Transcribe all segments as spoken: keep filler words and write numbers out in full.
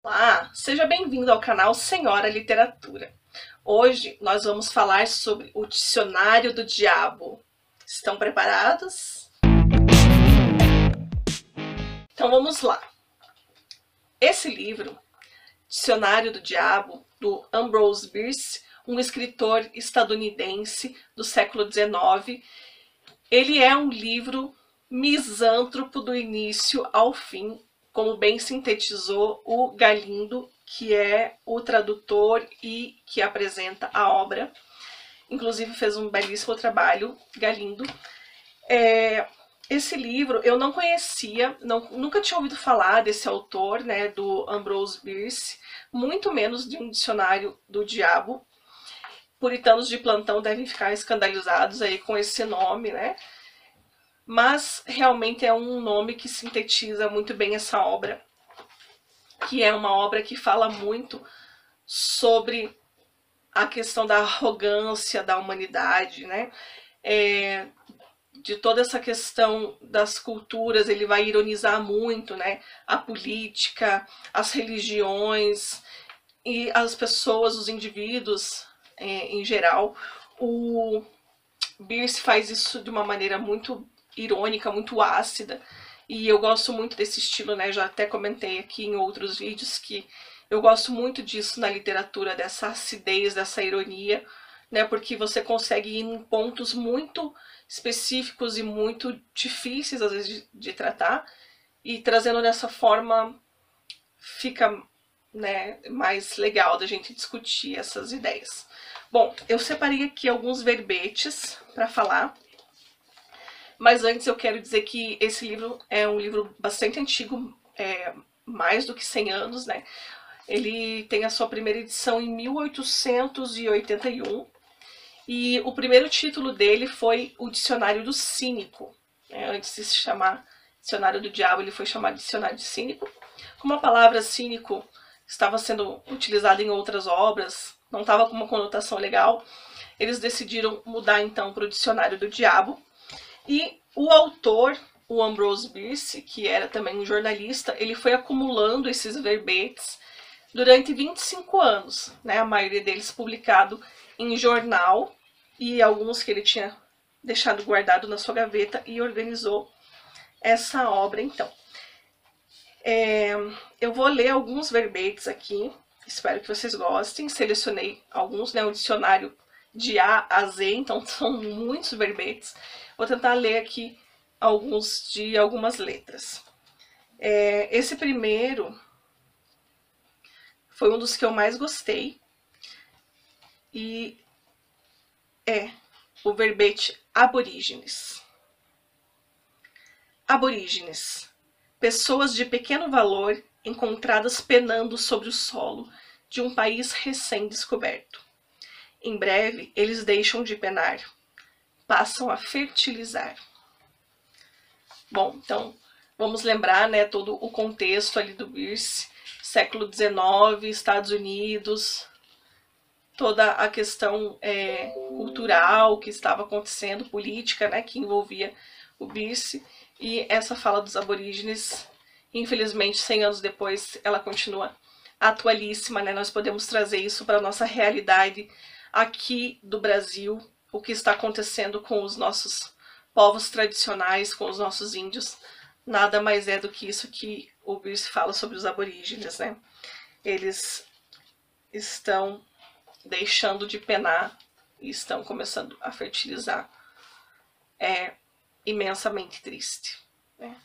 Olá, seja bem-vindo ao canal Senhora Literatura. Hoje nós vamos falar sobre o Dicionário do Diabo. Estão preparados? Então vamos lá. Esse livro, Dicionário do Diabo, do Ambrose Bierce, um escritor estadunidense do século dezenove, ele é um livro misântropo do início ao fim, como bem sintetizou o Galindo, que é o tradutor e que apresenta a obra. Inclusive fez um belíssimo trabalho, Galindo. É, esse livro eu não conhecia, não, nunca tinha ouvido falar desse autor, né, do Ambrose Bierce, muito menos de um dicionário do diabo. Puritanos de plantão devem ficar escandalizados aí com esse nome, né? Mas realmente é um nome que sintetiza muito bem essa obra, que é uma obra que fala muito sobre a questão da arrogância da humanidade, né? É, de toda essa questão das culturas, ele vai ironizar muito, né? A política, as religiões e as pessoas, os indivíduos é, em geral. O Bierce faz isso de uma maneira muito irônica, muito ácida, e eu gosto muito desse estilo, né? Já até comentei aqui em outros vídeos que eu gosto muito disso na literatura, dessa acidez, dessa ironia, né? Porque você consegue ir em pontos muito específicos e muito difíceis, às vezes, de, de tratar, e trazendo dessa forma fica, né, mais legal da gente discutir essas ideias. Bom, eu separei aqui alguns verbetes para falar, mas antes eu quero dizer que esse livro é um livro bastante antigo, é, mais do que cem anos, né? Ele tem a sua primeira edição em mil oitocentos e oitenta e um, e o primeiro título dele foi o Dicionário do Cínico. Né? Antes de se chamar Dicionário do Diabo, ele foi chamado Dicionário de Cínico. Como a palavra cínico estava sendo utilizada em outras obras, não estava com uma conotação legal, eles decidiram mudar então para o Dicionário do Diabo. E o autor, o Ambrose Bierce, que era também um jornalista, ele foi acumulando esses verbetes durante vinte e cinco anos, né? A maioria deles publicado em jornal e alguns que ele tinha deixado guardado na sua gaveta, e organizou essa obra então. É, eu vou ler alguns verbetes aqui, espero que vocês gostem. Selecionei alguns, né? O dicionário de A a Z, então são muitos verbetes. Vou tentar ler aqui alguns de algumas letras. É, esse primeiro foi um dos que eu mais gostei, e é o verbete aborígenes. Aborígenes, pessoas de pequeno valor encontradas penando sobre o solo de um país recém-descoberto. Em breve, eles deixam de penar, passam a fertilizar. Bom, então, vamos lembrar, né, todo o contexto ali do Bierce, século dezenove, Estados Unidos, toda a questão é, cultural que estava acontecendo, política, né, que envolvia o Bierce, e essa fala dos aborígenes, infelizmente, cem anos depois, ela continua atualíssima, né, nós podemos trazer isso para a nossa realidade aqui do Brasil, o que está acontecendo com os nossos povos tradicionais, com os nossos índios, nada mais é do que isso que o Bierce fala sobre os aborígenes, né? Eles estão deixando de penar e estão começando a fertilizar. É imensamente triste, né?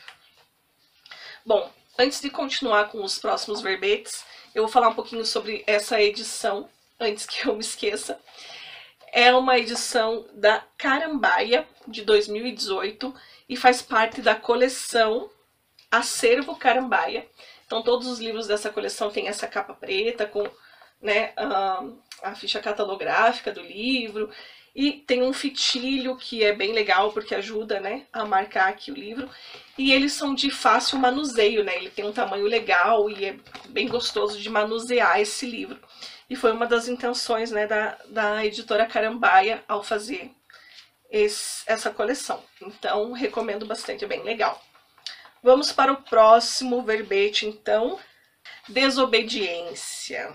Bom, antes de continuar com os próximos verbetes, eu vou falar um pouquinho sobre essa edição, antes que eu me esqueça. É uma edição da Carambaia, de dois mil e dezoito, e faz parte da coleção Acervo Carambaia. Então todos os livros dessa coleção têm essa capa preta, com, né, a, a ficha catalográfica do livro, e tem um fitilho que é bem legal, porque ajuda, né, a marcar aqui o livro. E eles são de fácil manuseio, né, ele tem um tamanho legal e é bem gostoso de manusear esse livro. E foi uma das intenções, né, da, da editora Carambaia ao fazer esse, essa coleção. Então, recomendo bastante, é bem legal. Vamos para o próximo verbete, então. Desobediência.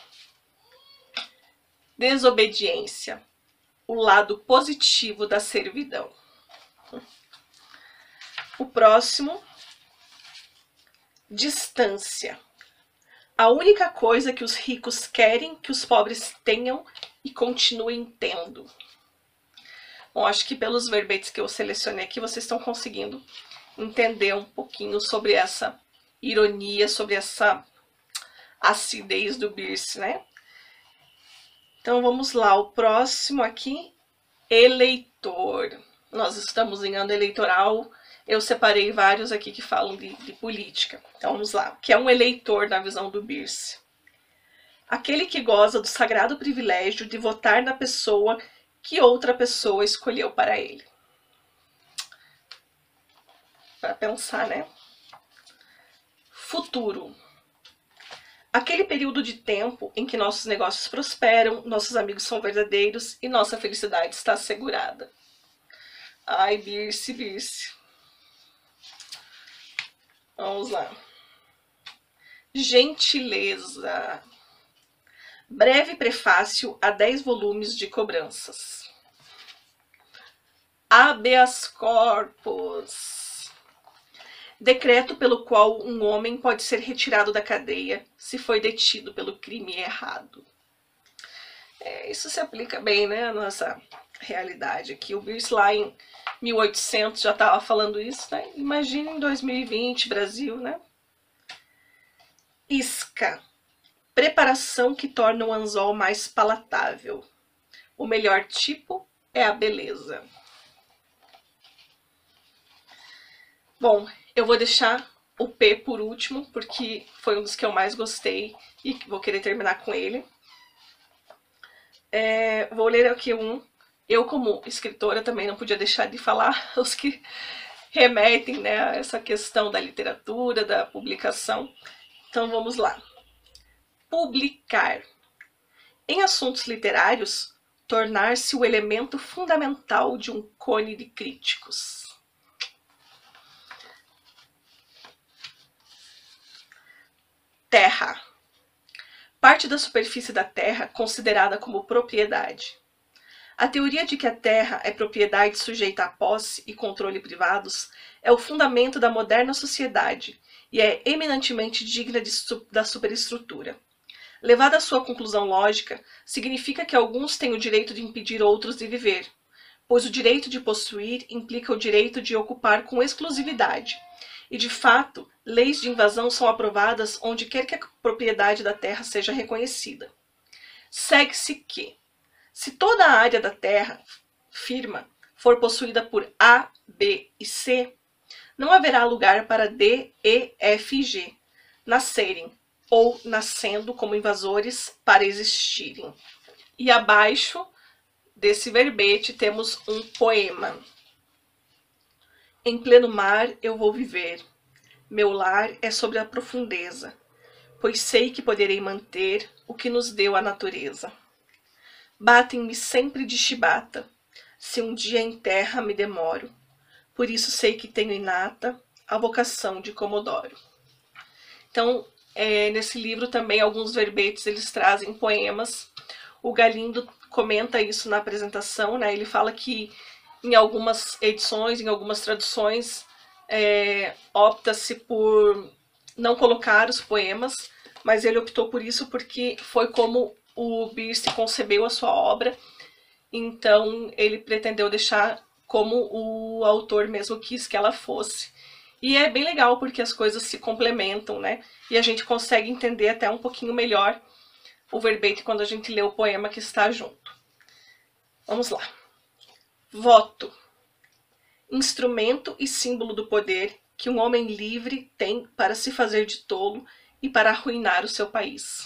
Desobediência. O lado positivo da servidão. O próximo, distância. A única coisa que os ricos querem que os pobres tenham e continuem tendo. Bom, acho que pelos verbetes que eu selecionei aqui, vocês estão conseguindo entender um pouquinho sobre essa ironia, sobre essa acidez do Bierce, né? Então vamos lá, o próximo aqui, eleitor. Nós estamos em ano eleitoral, eu separei vários aqui que falam de, de política. Então vamos lá, o que é um eleitor na visão do Bierce? Aquele que goza do sagrado privilégio de votar na pessoa que outra pessoa escolheu para ele. Para pensar, né? Futuro. Aquele período de tempo em que nossos negócios prosperam, nossos amigos são verdadeiros e nossa felicidade está assegurada. Ai, Bierce, Bierce. Vamos lá. Gentileza. Breve prefácio a dez volumes de cobranças. Habeas corpus. Decreto pelo qual um homem pode ser retirado da cadeia se foi detido pelo crime errado. É, isso se aplica bem, né, à nossa realidade aqui. O Bierce lá em mil e oitocentos já estava falando isso, né? Imagina em dois mil e vinte, Brasil, né? Isca. Preparação que torna o anzol mais palatável. O melhor tipo é a beleza. Bom, eu vou deixar o P por último, porque foi um dos que eu mais gostei e vou querer terminar com ele. É, vou ler aqui um. Eu, como escritora, também não podia deixar de falar os que remetem, né, a essa questão da literatura, da publicação. Então vamos lá. Publicar. Em assuntos literários, tornar-se o elemento fundamental de um cone de críticos. Terra. Parte da superfície da Terra considerada como propriedade. A teoria de que a Terra é propriedade sujeita à posse e controle privados é o fundamento da moderna sociedade e é eminentemente digna de, da superestrutura. Levada à sua conclusão lógica, significa que alguns têm o direito de impedir outros de viver, pois o direito de possuir implica o direito de ocupar com exclusividade. E, de fato, leis de invasão são aprovadas onde quer que a propriedade da terra seja reconhecida. Segue-se que, se toda a área da terra firma for possuída por A, B e C, não haverá lugar para D, E, F e G nascerem, ou nascendo como invasores para existirem. E abaixo desse verbete temos um poema. Em pleno mar eu vou viver, meu lar é sobre a profundeza, pois sei que poderei manter o que nos deu a natureza. Batem-me sempre de chibata, se um dia em terra me demoro, por isso sei que tenho inata a vocação de Comodoro. Então, é, nesse livro também alguns verbetes eles trazem poemas. O Galindo comenta isso na apresentação, né? Ele fala que em algumas edições, em algumas traduções, é, opta-se por não colocar os poemas, mas ele optou por isso porque foi como o Bierce concebeu a sua obra, então ele pretendeu deixar como o autor mesmo quis que ela fosse. E é bem legal porque as coisas se complementam, né? E a gente consegue entender até um pouquinho melhor o verbete quando a gente lê o poema que está junto. Vamos lá. Voto. Instrumento e símbolo do poder que um homem livre tem para se fazer de tolo e para arruinar o seu país.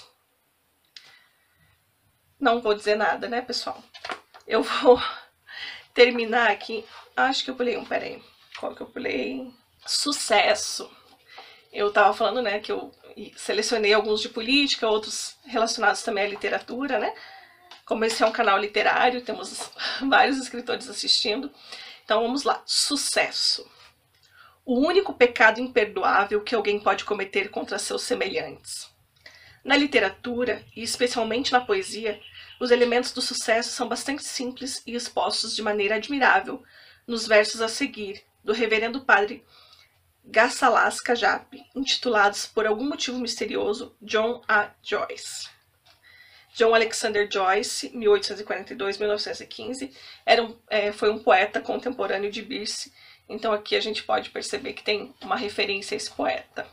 Não vou dizer nada, né, pessoal? Eu vou terminar aqui. Acho que eu pulei um, peraí. Qual que eu pulei? Sucesso. Eu tava falando, né, que eu selecionei alguns de política, outros relacionados também à literatura, né? Como esse é um canal literário, temos vários escritores assistindo. Então vamos lá. Sucesso. o único pecado imperdoável que alguém pode cometer contra seus semelhantes. Na literatura, e especialmente na poesia, os elementos do sucesso são bastante simples e expostos de maneira admirável nos versos a seguir, do reverendo padre Gassalas Cajap, intitulados por algum motivo misterioso John A. Joyce. John Alexander Joyce, mil oitocentos e quarenta e dois a mil novecentos e quinze, era um, é, foi um poeta contemporâneo de Birse, então aqui a gente pode perceber que tem uma referência a esse poeta.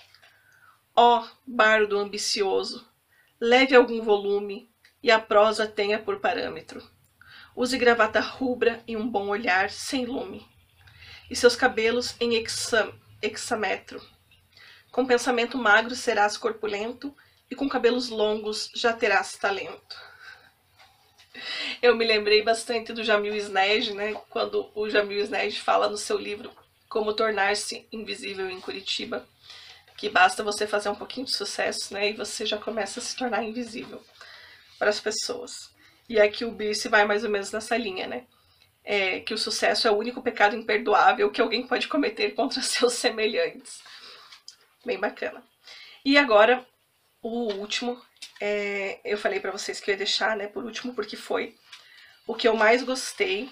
Ó, bardo ambicioso, leve algum volume e a prosa tenha por parâmetro. Use gravata rubra e um bom olhar sem lume, e seus cabelos em hexa, hexametro. Com pensamento magro serás corpulento, e com cabelos longos já terás talento. Eu me lembrei bastante do Jamil Snejd, né? Quando o Jamil Snejd fala no seu livro Como Tornar-se Invisível em Curitiba, que basta você fazer um pouquinho de sucesso, né? E você já começa a se tornar invisível para as pessoas. E aqui o Birse vai mais ou menos nessa linha, né? É, que o sucesso é o único pecado imperdoável que alguém pode cometer contra seus semelhantes. Bem bacana. E agora, o último, é, eu falei para vocês que eu ia deixar, né, por último, porque foi o que eu mais gostei,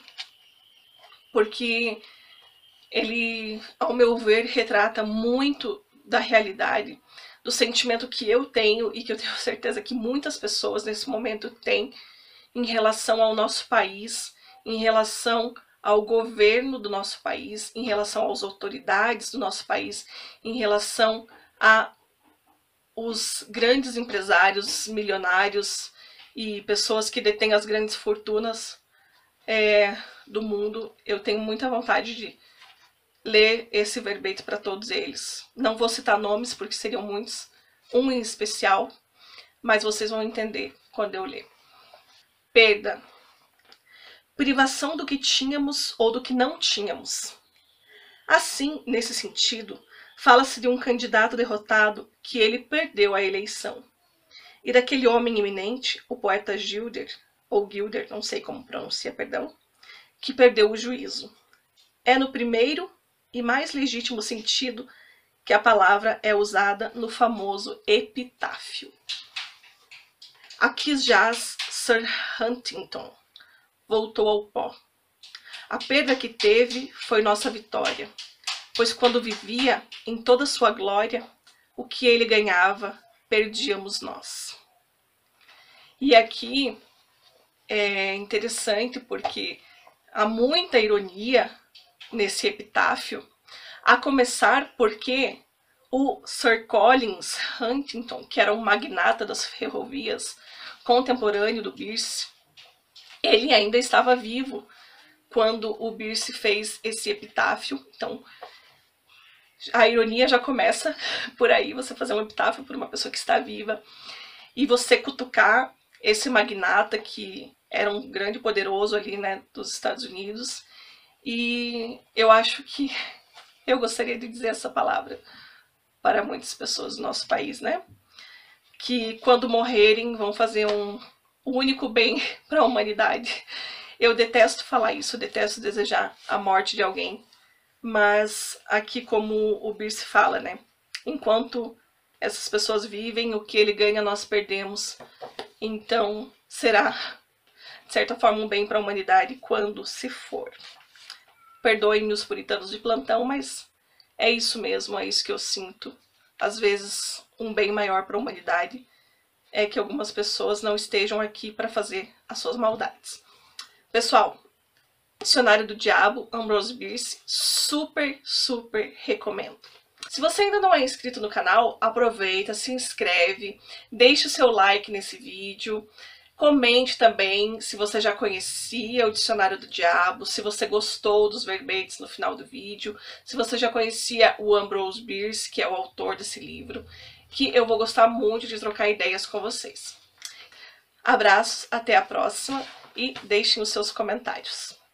porque ele, ao meu ver, retrata muito da realidade, do sentimento que eu tenho e que eu tenho certeza que muitas pessoas nesse momento têm em relação ao nosso país, em relação ao governo do nosso país, em relação às autoridades do nosso país, em relação a os grandes empresários, milionários e pessoas que detêm as grandes fortunas é, do mundo. Eu tenho muita vontade de ler esse verbete para todos eles. Não vou citar nomes porque seriam muitos, um em especial, mas vocês vão entender quando eu ler. Perda. Privação do que tínhamos ou do que não tínhamos. Assim, nesse sentido, fala-se de um candidato derrotado que ele perdeu a eleição. E daquele homem eminente, o poeta Gilder, ou Gilder, não sei como pronuncia, perdão, que perdeu o juízo. É no primeiro e mais legítimo sentido que a palavra é usada no famoso epitáfio. Aqui jaz Sir Huntington, voltou ao pó. A perda que teve foi nossa vitória, pois quando vivia em toda sua glória, o que ele ganhava, perdíamos nós. E aqui é interessante porque há muita ironia nesse epitáfio, a começar porque o Sir Collins Huntington, que era um magnata das ferrovias, contemporâneo do Birse, ele ainda estava vivo quando o Birse fez esse epitáfio. Então, a ironia já começa por aí, você fazer um epitáfio por uma pessoa que está viva e você cutucar esse magnata que era um grande poderoso ali, né, dos Estados Unidos. E eu acho que eu gostaria de dizer essa palavra para muitas pessoas do nosso país, né, que quando morrerem vão fazer um único bem para a humanidade. Eu detesto falar isso, eu detesto desejar a morte de alguém. Mas aqui, como o Birse fala, né? Enquanto essas pessoas vivem, o que ele ganha nós perdemos. Então será, de certa forma, um bem para a humanidade quando se for. Perdoem-me os puritanos de plantão, mas é isso mesmo, é isso que eu sinto. Às vezes, um bem maior para a humanidade é que algumas pessoas não estejam aqui para fazer as suas maldades. Pessoal, Dicionário do Diabo, Ambrose Bierce, super, super recomendo. Se você ainda não é inscrito no canal, aproveita, se inscreve, deixe o seu like nesse vídeo, comente também se você já conhecia o Dicionário do Diabo, se você gostou dos verbetes no final do vídeo, se você já conhecia o Ambrose Bierce, que é o autor desse livro, que eu vou gostar muito de trocar ideias com vocês. Abraços, até a próxima e deixem os seus comentários.